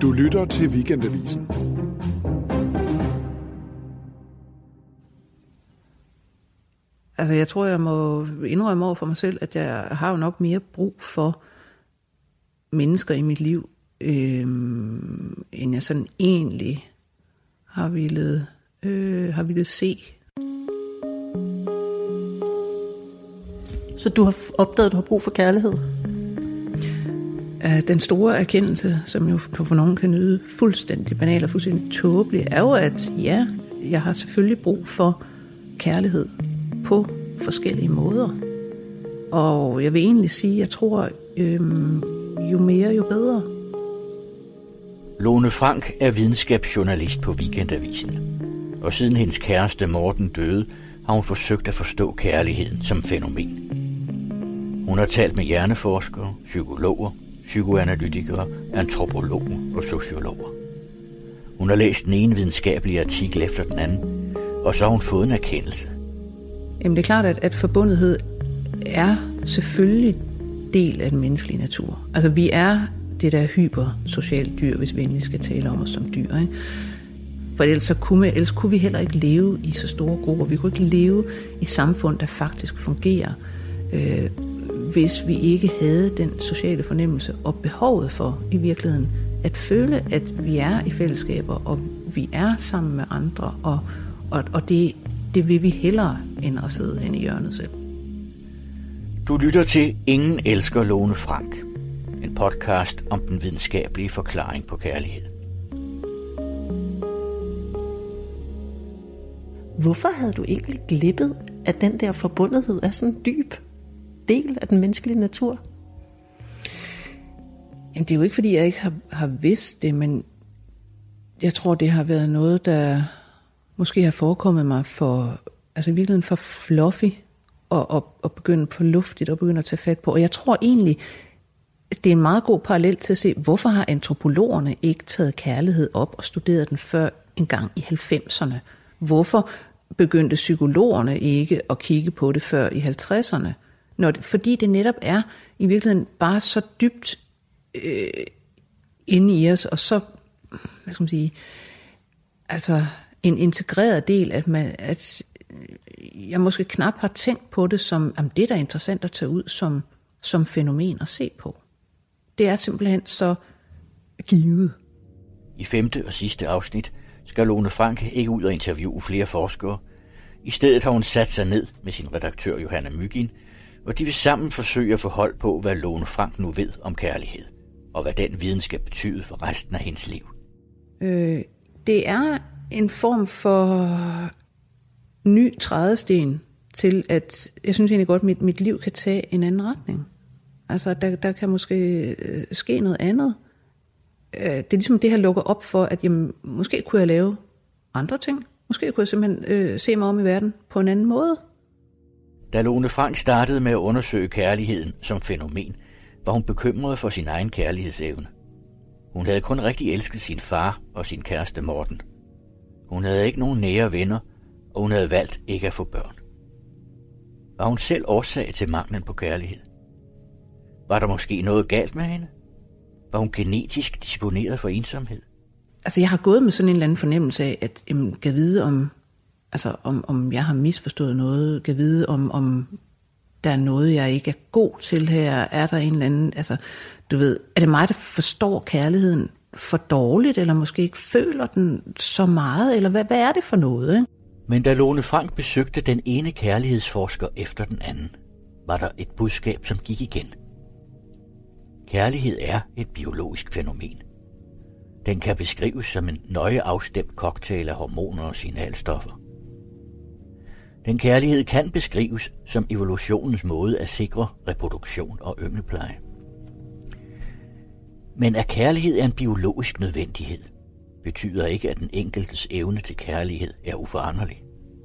Du lytter til Weekendavisen. Altså, jeg tror, jeg må indrømme over for mig selv, at jeg har jo nok mere brug for mennesker i mit liv, end jeg sådan egentlig har ville se. Så du har opdaget, at du har brug for kærlighed? Den store erkendelse, som jo for nogen kan nyde fuldstændig banal og fuldstændig tåbelig, er jo, at ja, jeg har selvfølgelig brug for kærlighed på forskellige måder. Og jeg vil egentlig sige, at jeg tror, jo mere, jo bedre. Lone Frank er videnskabsjournalist på Weekendavisen. Og siden hendes kæreste Morten døde, har hun forsøgt at forstå kærligheden som fænomen. Hun har talt med hjerneforskere, psykologer, psykoanalytikere, antropologer og sociologer. Hun har læst den ene videnskabelige artikel efter den anden, og så har hun fået en erkendelse. Jamen det er klart, at forbundethed er selvfølgelig del af den menneskelige natur. Altså vi er det der hypersociale dyr, hvis vi endelig skal tale om os som dyr, ikke? For ellers kunne vi heller ikke leve i så store grupper. Vi kunne ikke leve i samfund, der faktisk fungerer, hvis vi ikke havde den sociale fornemmelse og behovet for i virkeligheden at føle, at vi er i fællesskaber, og vi er sammen med andre, og det vil vi hellere end at sidde hen i hjørnet selv. Du lytter til Ingen elsker Lone Frank, en podcast om den videnskabelige forklaring på kærlighed. Hvorfor havde du egentlig glippet, at den der forbundethed er sådan en dyb del af den menneskelige natur? Jamen, det er jo ikke, fordi jeg ikke har vidst det, men jeg tror, det har været noget, der måske har forekommet mig i virkeligheden for fluffy og begynde for luftigt og begynde at tage fat på. Og jeg tror egentlig, det er en meget god parallel til at se, hvorfor har antropologerne ikke taget kærlighed op og studeret den før en gang i 90'erne? Hvorfor begyndte psykologerne ikke at kigge på det før i 50'erne? Fordi det netop er i virkeligheden bare så dybt inde i os, og så, hvad skal man sige, altså en integreret del, at jeg måske knap har tænkt på det som, det der er interessant at tage ud som fænomen at se på. Det er simpelthen så givet. I 5. og sidste afsnit skal Lone Frank ikke ud og interviewe flere forskere. I stedet har hun sat sig ned med sin redaktør Johanna Mygin, og de vil sammen forsøge at få hold på, hvad Lone Frank nu ved om kærlighed, og hvad den viden skal betyde for resten af hendes liv. Det er en form for ny trædesten til, at jeg synes egentlig godt, at mit liv kan tage en anden retning. Altså, der kan måske ske noget andet. Det er ligesom det her lukker op for, at jamen, måske kunne jeg lave andre ting. Måske kunne jeg simpelthen se mig om i verden på en anden måde. Da Lone Frank startede med at undersøge kærligheden som fænomen, var hun bekymret for sin egen kærlighedsevne. Hun havde kun rigtig elsket sin far og sin kæreste Morten. Hun havde ikke nogen nære venner, og hun havde valgt ikke at få børn. Var hun selv årsag til manglen på kærlighed? Var der måske noget galt med hende? Var hun genetisk disponeret for ensomhed? Altså, jeg har gået med sådan en eller anden fornemmelse af, at kan vide om jeg har misforstået noget, kan vide om der er noget, jeg ikke er god til her, er der en eller anden, du ved, er det mig, der forstår kærligheden for dårligt, eller måske ikke føler den så meget, eller hvad er det for noget, ikke? Men da Lone Frank besøgte den ene kærlighedsforsker efter den anden, var der et budskab, som gik igen. Kærlighed er et biologisk fænomen. Den kan beskrives som en nøje afstemt cocktail af hormoner og signalstoffer. Den kærlighed kan beskrives som evolutionens måde at sikre reproduktion og yngelpleje. Men at kærlighed er en biologisk nødvendighed, betyder ikke, at den enkeltes evne til kærlighed er uforanderlig.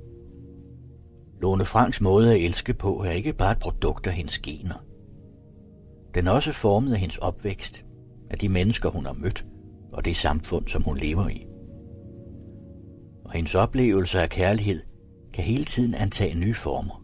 Lone Franks måde at elske på er ikke bare et produkt af hendes gener. Den er også formet af hendes opvækst, af de mennesker, hun har mødt, og det samfund, som hun lever i. Og hendes oplevelser af kærlighed kan hele tiden antage nye former.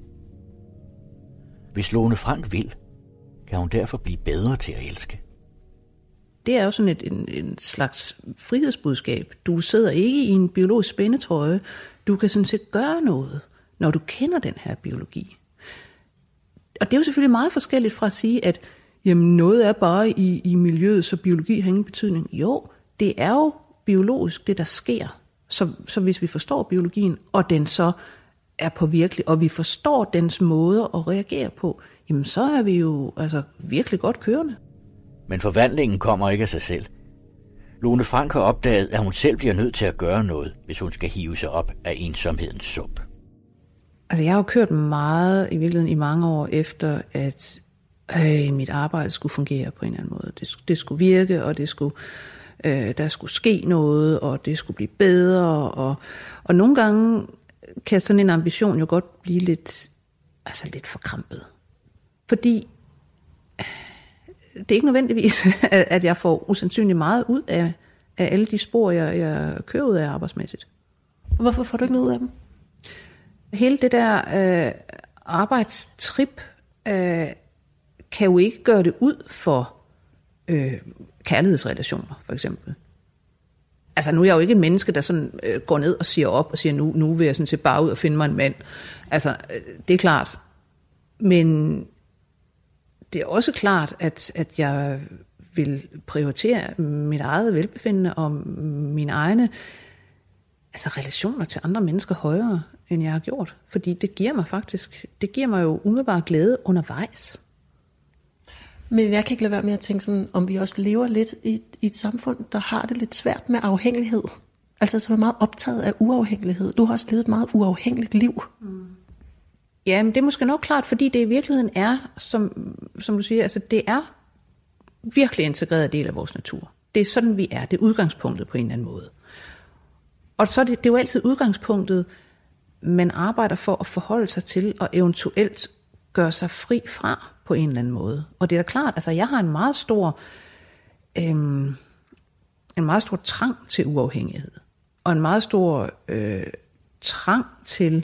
Hvis Lone Frank vil, kan hun derfor blive bedre til at elske. det er jo sådan en slags frihedsbudskab. Du sidder ikke i en biologisk spændetrøje. Du kan sådan set gøre noget, når du kender den her biologi. Og det er jo selvfølgelig meget forskelligt fra at sige, at jamen, noget er bare i miljøet, så biologi har ingen betydning. Jo, det er jo biologisk, det der sker. Så hvis vi forstår biologien, og den så er påvirkelig, og vi forstår dens måde at reagere på, jamen så er vi jo altså virkelig godt kørende. Men forvandlingen kommer ikke af sig selv. Lone Frank har opdaget, at hun selv bliver nødt til at gøre noget, hvis hun skal hive sig op af ensomhedens sump. Altså jeg har jo kørt meget i virkeligheden i mange år efter, at mit arbejde skulle fungere på en eller anden måde. Det skulle virke, og der skulle ske noget, og det skulle blive bedre. Og nogle gange kan sådan en ambition jo godt blive lidt forkrampet. Fordi det er ikke nødvendigvis, at jeg får usandsynligt meget ud af alle de spor, jeg kører ud af arbejdsmæssigt. Hvorfor får du ikke noget ud af dem? Hele det der arbejdstrip kan jo ikke gøre det ud for kærlighedsrelationer, for eksempel. Altså nu er jeg jo ikke en menneske, der sådan går ned og siger op og siger, nu vil jeg sådan set bare ud og finde mig en mand. Altså, det er klart. Men det er også klart, at jeg vil prioritere mit eget velbefindende og mine egne relationer til andre mennesker højere, end jeg har gjort. Fordi det giver mig jo umiddelbart glæde undervejs. Men jeg kan ikke lade være med at tænke sådan, om vi også lever lidt i et samfund, der har det lidt svært med afhængighed. Altså som er meget optaget af uafhængighed. Du har også levet et meget uafhængigt liv. Mm. Ja, men det er måske nok klart, fordi det i virkeligheden er, som du siger, altså det er virkelig integreret del af vores natur. Det er sådan, vi er. Det er udgangspunktet på en eller anden måde. Og så er det er jo altid udgangspunktet, man arbejder for at forholde sig til, og eventuelt gøre sig fri fra på en eller anden måde. Og det er da klart, altså jeg har en meget stor trang til uafhængighed. Og en meget stor trang til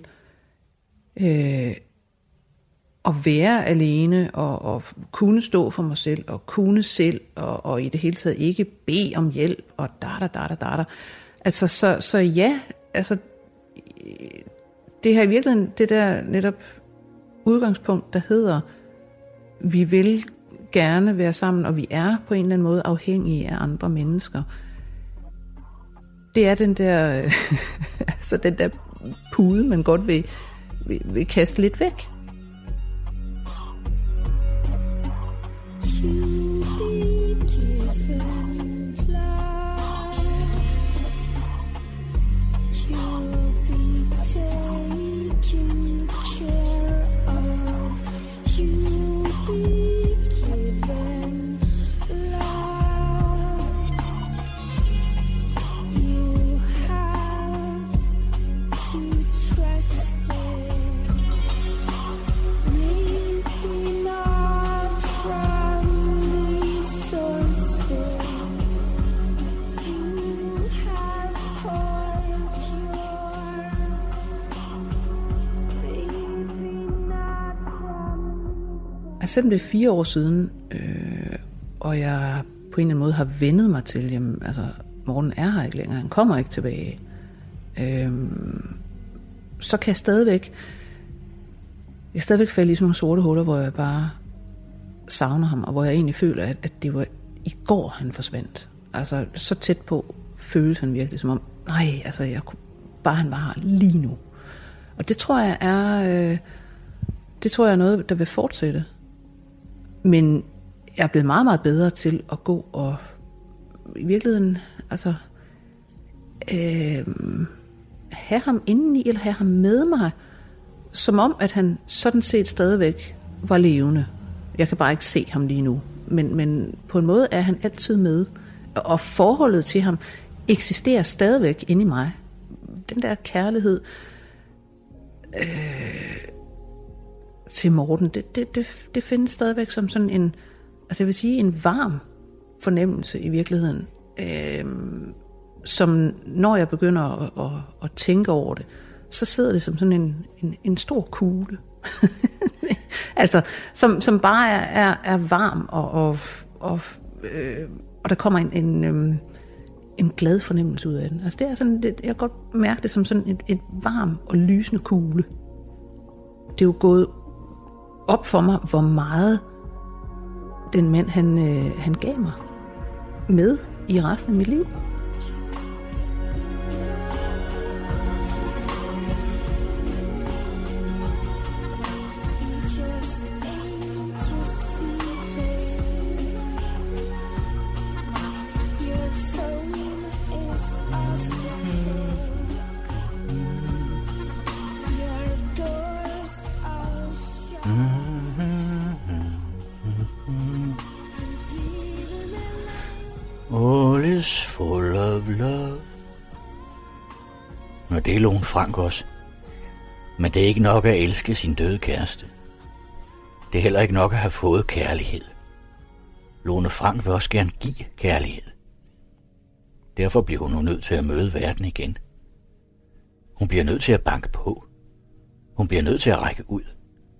at være alene og kunne stå for mig selv og kunne selv og i det hele taget ikke bede om hjælp og da. Altså så ja, altså det her i virkeligheden det der netop udgangspunkt, der hedder vi vil gerne være sammen, og vi er på en eller anden måde afhængige af andre mennesker. Det er den der altså den der pude, man godt vil kaste lidt væk. Selvom det er 4 år siden, og jeg på en eller anden måde har vendet mig til, jamen, altså Morten er her ikke længere, han kommer ikke tilbage, så kan jeg stadigvæk falde i sådan nogle sorte huller, hvor jeg bare savner ham, og hvor jeg egentlig føler, at det var i går, han forsvandt. Altså så tæt på føles han virkelig som om, nej, altså jeg kunne bare, han var her lige nu. Og det tror jeg er noget, der vil fortsætte. Men jeg er blevet meget, meget bedre til at gå og i virkeligheden have ham indeni, eller have ham med mig, som om, at han sådan set stadigvæk var levende. Jeg kan bare ikke se ham lige nu. Men på en måde er han altid med, og forholdet til ham eksisterer stadigvæk inde i mig. Den der kærlighed til Morten, det findes stadigvæk som sådan en, altså jeg vil sige, en varm fornemmelse i virkeligheden, som når jeg begynder at tænke over det, så sidder det som sådan en stor kugle, altså som bare er varm og og der kommer en glad fornemmelse ud af den. Altså det er sådan, jeg kan godt mærke det som sådan et varm og lysende kugle. Det er jo gået op for mig, hvor meget den mand, han gav mig med i resten af mit liv. All is full of love. Og det er Lone Frank også. Men det er ikke nok at elske sin døde kæreste. Det er heller ikke nok at have fået kærlighed. Lone Frank vil også gerne give kærlighed. Derfor bliver hun nu nødt til at møde verden igen. Hun bliver nødt til at banke på. Hun bliver nødt til at række ud.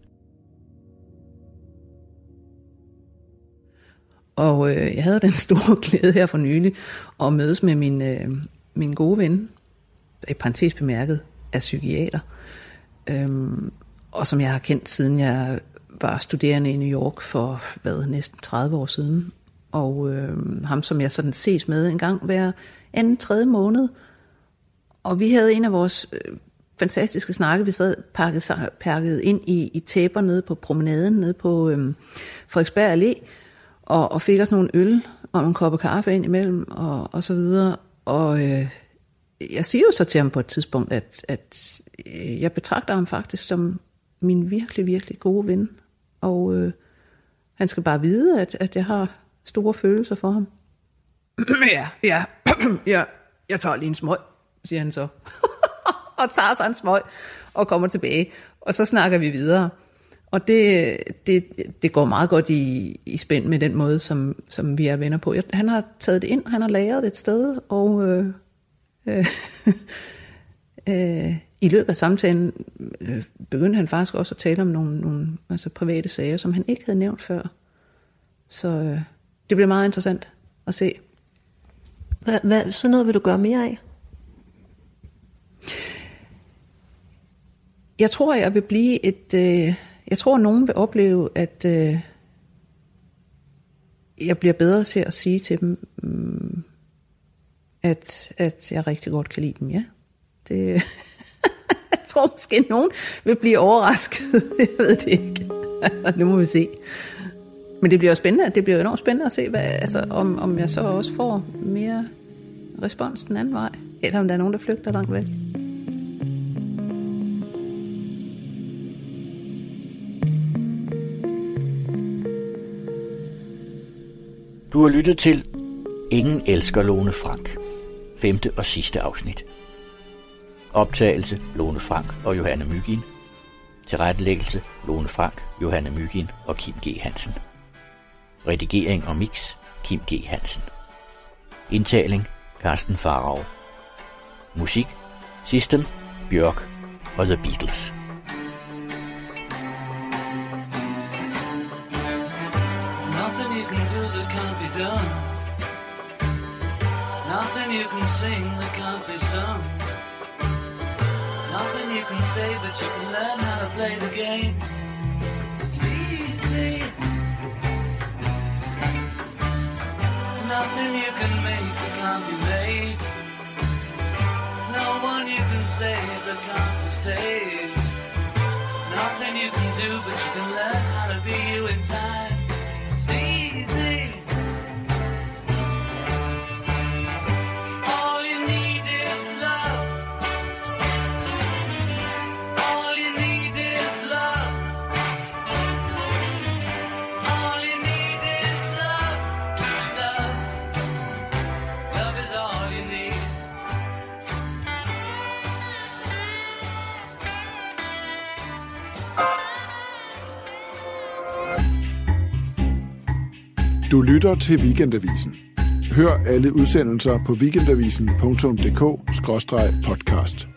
Og jeg havde den store glæde her for nylig at mødes med min gode ven, i parentes bemærket, er psykiater, og som jeg har kendt siden jeg var studerende i New York for næsten 30 år siden. Og ham, som jeg sådan ses med en gang hver anden, tredje måned. Og vi havde en af vores fantastiske snakke, vi sad pakket ind i tæpper nede på promenaden, nede på Frederiksberg Allé, og fik os nogle øl og en kop kaffe ind imellem, og så videre. Og jeg siger jo så til ham på et tidspunkt, at jeg betragter ham faktisk som min virkelig, virkelig gode ven. Og han skal bare vide, at jeg har store følelser for ham. Ja, jeg tager lige en smøg, siger han så. Og tager sig en smøg og kommer tilbage. Og så snakker vi videre. Og det går meget godt i spænd med den måde, som vi er venner på. Han har taget det ind, han har lagret det et sted, og i løbet af samtalen begyndte han faktisk også at tale om nogle altså private sager, som han ikke havde nævnt før. Så det bliver meget interessant at se. Hvad sådan noget vil du gøre mere af? Jeg tror, jeg vil blive jeg tror, nogen vil opleve, at jeg bliver bedre til at sige til dem, at jeg rigtig godt kan lide dem, ja. Det, jeg tror måske, nogen vil blive overrasket. Jeg ved det ikke. Nu må vi se. Men det bliver jo spændende. Det bliver enormt spændende at se, om jeg så også får mere respons den anden vej. Eller om der er nogen, der flygter langt væk. Du har lyttet til Ingen elsker Lone Frank. 5. og sidste afsnit. Optagelse Lone Frank og Johanne Mygin. Tilrettelæggelse Lone Frank, Johanne Mygin og Kim G. Hansen. Redigering og mix Kim G. Hansen. Indtaling Carsten Farag. Musik System, Bjørk og The Beatles. Nothing you can sing that can't be sung. Nothing you can say, but you can learn how to play the game. It's easy. Nothing you can make that can't be made. No one you can save that can't be saved. Nothing you can do, but you can learn how to be you in time. It's easy. Du lytter til Weekendavisen. Hør alle udsendelser på weekendavisen.dk/podcast.